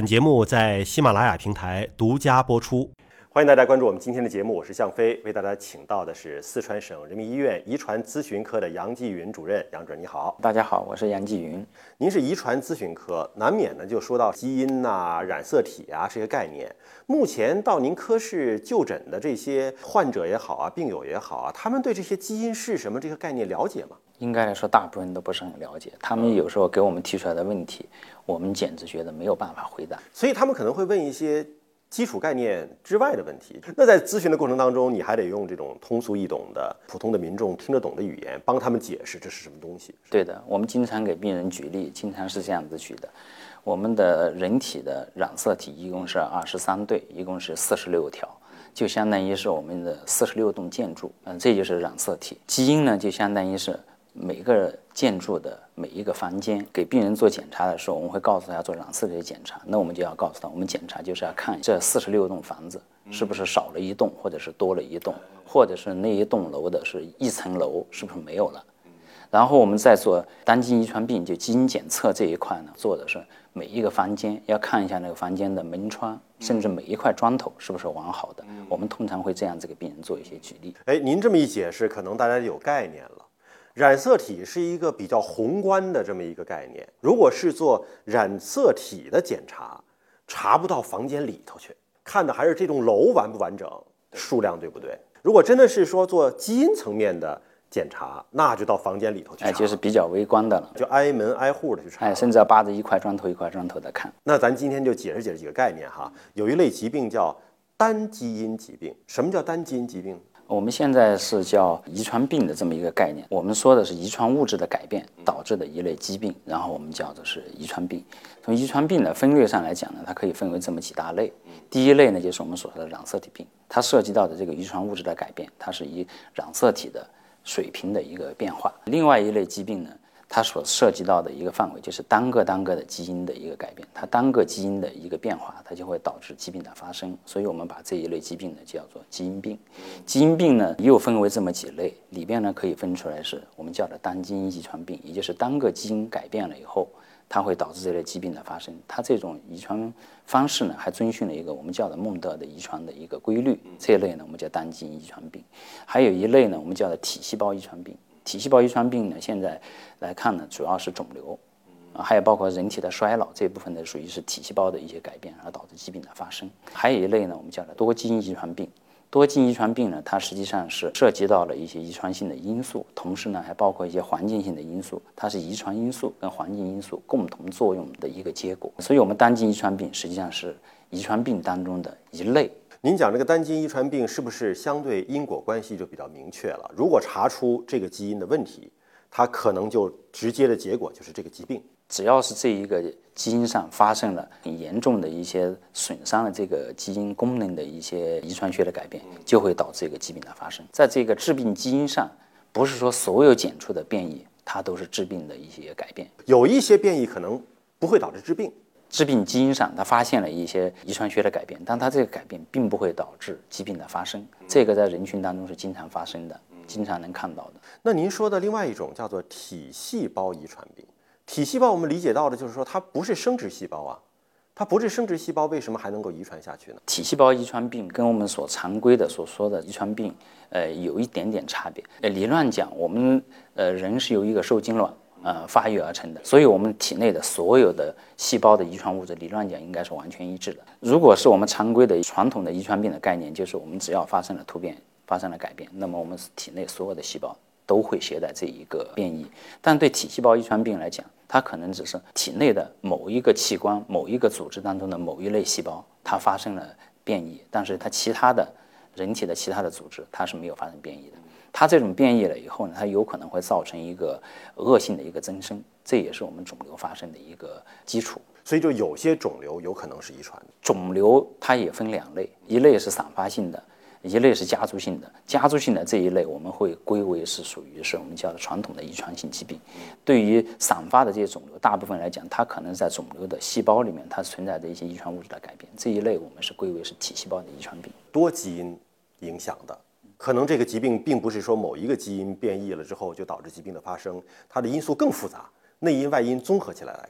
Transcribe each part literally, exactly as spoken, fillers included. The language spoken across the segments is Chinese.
本节目在喜马拉雅平台独家播出，欢迎大家关注我们今天的节目，我是向飞，为大家请到的是四川省人民医院遗传咨询科的杨继云主任。杨主任你好。 大家好，我是杨继云。 您是遗传咨询科，难免呢就说到基因啊、染色体啊这些概念。目前到您科室就诊的这些患者也好啊、病友也好啊，他们对这些基因是什么这个概念了解吗？ 应该来说，大部分都不是很了解。他们有时候给我们提出来的问题，我们简直觉得没有办法回答。 所以他们可能会问一些基础概念之外的问题。那在咨询的过程当中，你还得用这种通俗易懂的、普通的民众听得懂的语言，帮他们解释这是什么东西。 对的，我们经常给病人举例，经常是这样子举的。我们的人体的染色体一共是二十三对，一共是四十六条，就相当于是我们的四十六栋建筑。嗯，这就是染色体。基因呢，就相当于是每个建筑的每一个房间。给病人做检查的时候，我们会告诉他要做染色体的检查，那我们就要告诉他，我们检查就是要看这四十六栋房子是不是少了一栋，或者是多了一栋，或者是那一栋楼的是一层楼是不是没有了。然后我们再做单基因遗传病，就基因检测这一块呢，做的是每一个房间要看一下那个房间的门窗，甚至每一块砖头是不是完好的。我们通常会这样子给病人做一些举例。 哎，您这么一解释，可能大家有概念了。染色体是一个比较宏观的这么一个概念，如果是做染色体的检查，查不到房间里头去，看的还是这栋楼完不完整，数量对不对？如果真的是说做基因层面的检查，那就到房间里头去查， 哎，就是比较微观的了， 就挨门挨户的去查， 哎，甚至要扒着一块砖头一块砖头的看。 那咱今天就解释解释几个概念哈。有一类疾病叫单基因疾病，什么叫单基因疾病？ 我们现在是叫遗传病的这么一个概念，我们说的是遗传物质的改变导致的一类疾病，然后我们叫做是遗传病。从遗传病的分类上来讲呢，它可以分为这么几大类。第一类呢，就是我们所说的染色体病，它涉及到的这个遗传物质的改变，它是以染色体的水平的一个变化。另外一类疾病呢，它所涉及到的一个范围就是单个单个的基因的一个改变，它单个基因的一个变化，它就会导致疾病的发生。所以我们把这一类疾病呢叫做基因病。基因病呢又分为这么几类，里边呢可以分出来是我们叫的单基因遗传病，也就是单个基因改变了以后，它会导致这类疾病的发生。它这种遗传方式呢还遵循了一个我们叫的孟德的遗传的一个规律，这一类呢我们叫单基因遗传病。还有一类呢我们叫的体细胞遗传病。体细胞遗传病呢，现在来看呢，主要是肿瘤，啊，还有包括人体的衰老这一部分呢，属于是体细胞的一些改变而导致疾病的发生。还有一类呢，我们叫做多基因遗传病。多基因遗传病呢，它实际上是涉及到了一些遗传性的因素，同时呢，还包括一些环境性的因素，它是遗传因素跟环境因素共同作用的一个结果。所以，我们单基因遗传病实际上是遗传病当中的一类。 您讲这个单基因遗传病是不是相对因果关系就比较明确了？如果查出这个基因的问题，它可能就直接的结果就是这个疾病。 只要是这一个基因上发生了很严重的一些损伤了这个基因功能的一些遗传学的改变，就会导致这个疾病的发生。在这个致病基因上，不是说所有检出的变异它都是致病的一些改变， 有一些变异可能不会导致致病。 致病基因上，它发现了一些遗传学的改变，但它这个改变并不会导致疾病的发生。这个在人群当中是经常发生的，经常能看到的。 那您说的另外一种叫做体细胞遗传病，体细胞我们理解到的就是说它不是生殖细胞啊，它不是生殖细胞，为什么还能够遗传下去呢？ 体细胞遗传病跟我们所常规的所说的遗传病，呃，有一点点差别。呃，理论讲，我们呃人是由一个受精卵呃发育而成的，所以我们体内的所有的细胞的遗传物质理论讲应该是完全一致的。如果是我们常规的传统的遗传病的概念，就是我们只要发生了突变，发生了改变，那么我们体内所有的细胞都会携带这一个变异。但对体细胞遗传病来讲，它可能只是体内的某一个器官、某一个组织当中的某一类细胞它发生了变异，但是它其他的人体的其他的组织它是没有发生变异的。它这种变异了以后呢，它有可能会造成一个恶性的一个增生，这也是我们肿瘤发生的一个基础。 所以就有些肿瘤有可能是遗传的。 肿瘤它也分两类，一类是散发性的，一类是家族性的。家族性的这一类我们会归为是属于是我们叫的传统的遗传性疾病。对于散发的这些肿瘤，大部分来讲，它可能在肿瘤的细胞里面它存在着一些遗传物质的改变，这一类我们是归为是体细胞的遗传病。 多基因影响的，可能这个疾病并不是说某一个基因变异了之后就导致疾病的发生，它的因素更复杂，内因外因综合起来来看了。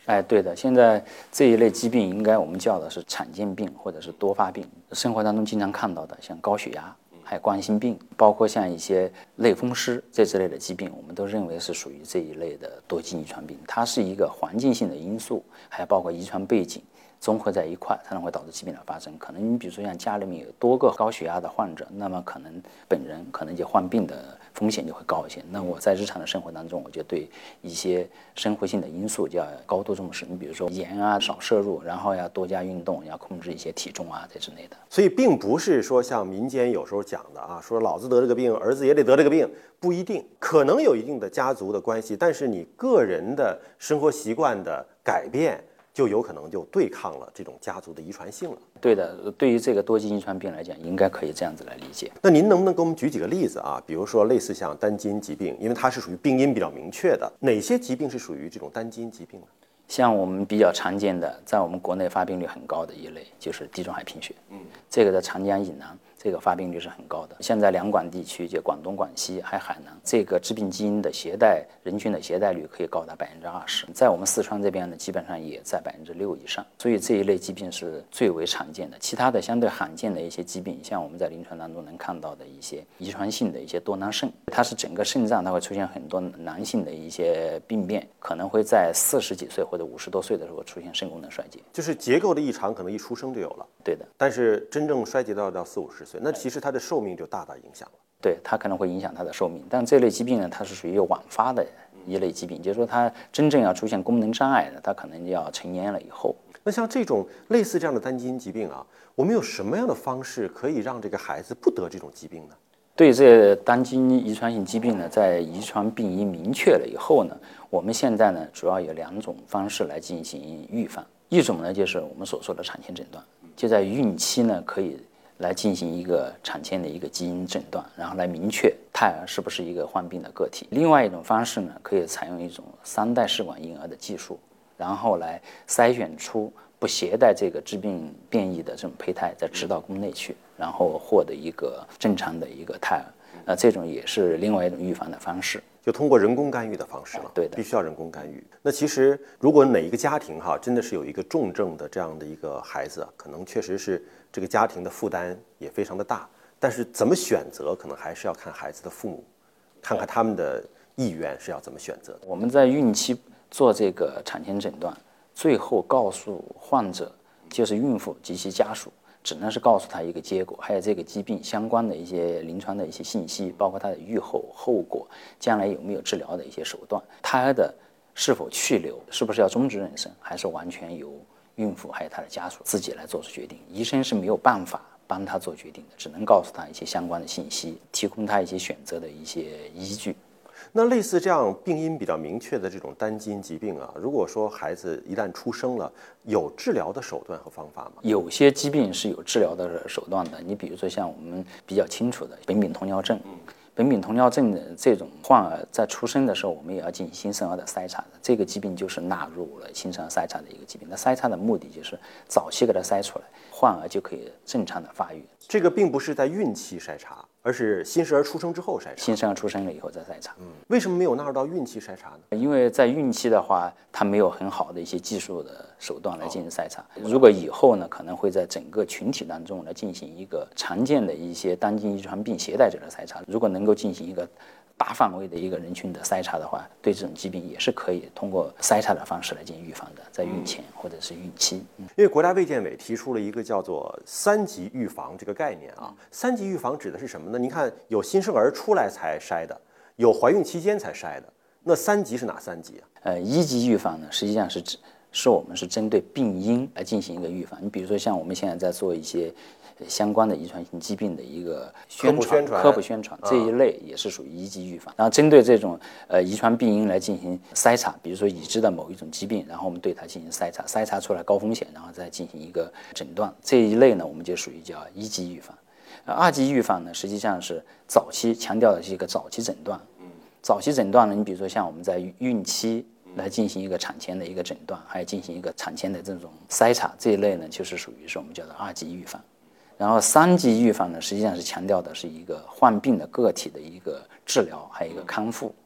哎，对的，现在这一类疾病应该我们叫的是罕见病或者是多发病。生活当中经常看到的，像高血压、还有冠心病，包括像一些类风湿这之类的疾病，我们都认为是属于这一类的多基因遗传病。它是一个环境性的因素，还包括遗传背景综合在一块，才能会导致疾病的发生。可能你比如说像家里面有多个高血压的患者，那么可能本人可能就患病的风险就会高一些。那我在日常的生活当中，我就对一些生活性的因素就要高度重视。你比如说盐啊少摄入，然后要多加运动，要控制一些体重啊这之类的。 所以并不是说像民间有时候讲的啊，说老子得这个病，儿子也得得这个病，不一定，可能有一定的家族的关系，但是你个人的生活习惯的改变，就有可能就对抗了这种家族的遗传性了。 对的，对于这个多基因遗传病来讲，应该可以这样子来理解。 那您能不能给我们举几个例子啊？比如说类似像单基因疾病，因为它是属于病因比较明确的，哪些疾病是属于这种单基因疾病呢？ 像我们比较常见的，在我们国内发病率很高的一类，就是地中海贫血。嗯，这个在长江以南，这个发病率是很高的。现在两广地区，就广东、广西还有海南，这个致病基因的携带人均的携带率可以高达百分之二十。在我们四川这边呢，基本上也在百分之六以上。所以这一类疾病是最为常见的。其他的相对罕见的一些疾病，像我们在临床当中能看到的一些遗传性的一些多囊肾，它是整个肾脏它会出现很多囊性的一些病变，可能会在四十几岁或者五十多岁的时候出现肾功能衰竭， 就是结构的异常，可能一出生就有了。 对的， 但是真正衰竭到到四五十岁，那其实它的寿命就大大影响了。 对，它可能会影响它的寿命。但这类疾病呢，它是属于晚发的一类疾病，就是说它真正要出现功能障碍的，它可能要成年了以后。 那像这种类似这样的单基因疾病啊，我们有什么样的方式可以让这个孩子不得这种疾病呢？ 对这单基因遗传性疾病呢，在遗传病因明确了以后呢，我们现在呢主要有两种方式来进行预防。一种呢就是我们所说的产前诊断，就在孕期呢可以来进行一个产前的一个基因诊断，然后来明确胎儿是不是一个患病的个体。另外一种方式呢，可以采用一种三代试管婴儿的技术，然后来筛选出不携带这个致病变异的这种胚胎，再植到宫内去，然后获得一个正常的一个胎儿。呃，这种也是另外一种预防的方式。 就通过人工干预的方式了， 对的， 必须要人工干预。那其实，如果哪一个家庭哈，真的是有一个重症的这样的一个孩子，可能确实是这个家庭的负担也非常的大。但是怎么选择，可能还是要看孩子的父母，看看他们的意愿是要怎么选择的。 我们在孕期做这个产前诊断，最后告诉患者，就是孕妇及其家属，只能是告诉他一个结果，还有这个疾病相关的一些临床的一些信息，包括它的预后后果，将来有没有治疗的一些手段，胎儿的是否去留，是不是要终止妊娠，还是完全由孕妇还有她的家属自己来做出决定。医生是没有办法帮他做决定的，只能告诉他一些相关的信息，提供他一些选择的一些依据。 那类似这样病因比较明确的这种单基因疾病啊，如果说孩子一旦出生了，有治疗的手段和方法吗？ 有些疾病是有治疗的手段的，你比如说像我们比较清楚的苯丙酮尿症，苯丙酮尿症的这种患儿在出生的时候，我们也要进行新生儿的筛查的，这个疾病就是纳入了新生儿筛查的一个疾病。那筛查的目的就是早期给它筛出来，患儿就可以正常的发育。 这个并不是在孕期筛查，而是新生儿出生之后筛查。 新生儿出生了以后再筛查。 嗯，为什么没有纳入到孕期筛查呢？ 因为在孕期的话，它没有很好的一些技术的手段来进行筛查。如果以后呢，可能会在整个群体当中来进行一个常见的一些单基因遗传病携带者的筛查。如果能够进行一个大范围的一个人群的筛查的话，对这种疾病也是可以通过筛查的方式来进行预防的，在孕前或者是孕期。嗯， 因为国家卫健委提出了一个叫做三级预防这个概念啊，三级预防指的是什么呢？您看有新生儿出来才筛的，有怀孕期间才筛的，那三级是哪三级啊？ 呃，一级预防呢，实际上是指是我们是针对病因来进行一个预防。你比如说像我们现在在做一些相关的遗传性疾病的一个宣传、 科普宣传、 科普宣传这一类也是属于一级预防。然后针对这种呃遗传病因来进行筛查，比如说已知的某一种疾病，然后我们对它进行筛查，筛查出来高风险，然后再进行一个诊断，这一类呢我们就属于叫一级预防。呃，二级预防呢实际上是早期，强调的是一个早期诊断。早期诊断呢，你比如说像我们在孕期来进行一个产前的一个诊断，还有进行一个产前的这种筛查，这一类呢就是属于是我们叫做二级预防。然后三级预防呢，实际上是强调的是一个患病的个体的一个治疗，还有一个康复。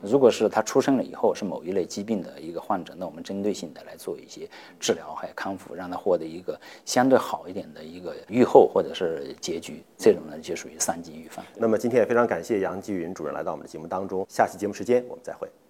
如果是他出生了以后是某一类疾病的一个患者，那我们针对性的来做一些治疗还有康复，让他获得一个相对好一点的一个预后或者是结局，这种呢就属于三级预防。 那么今天也非常感谢杨继云主任来到我们的节目当中，下期节目时间我们再会。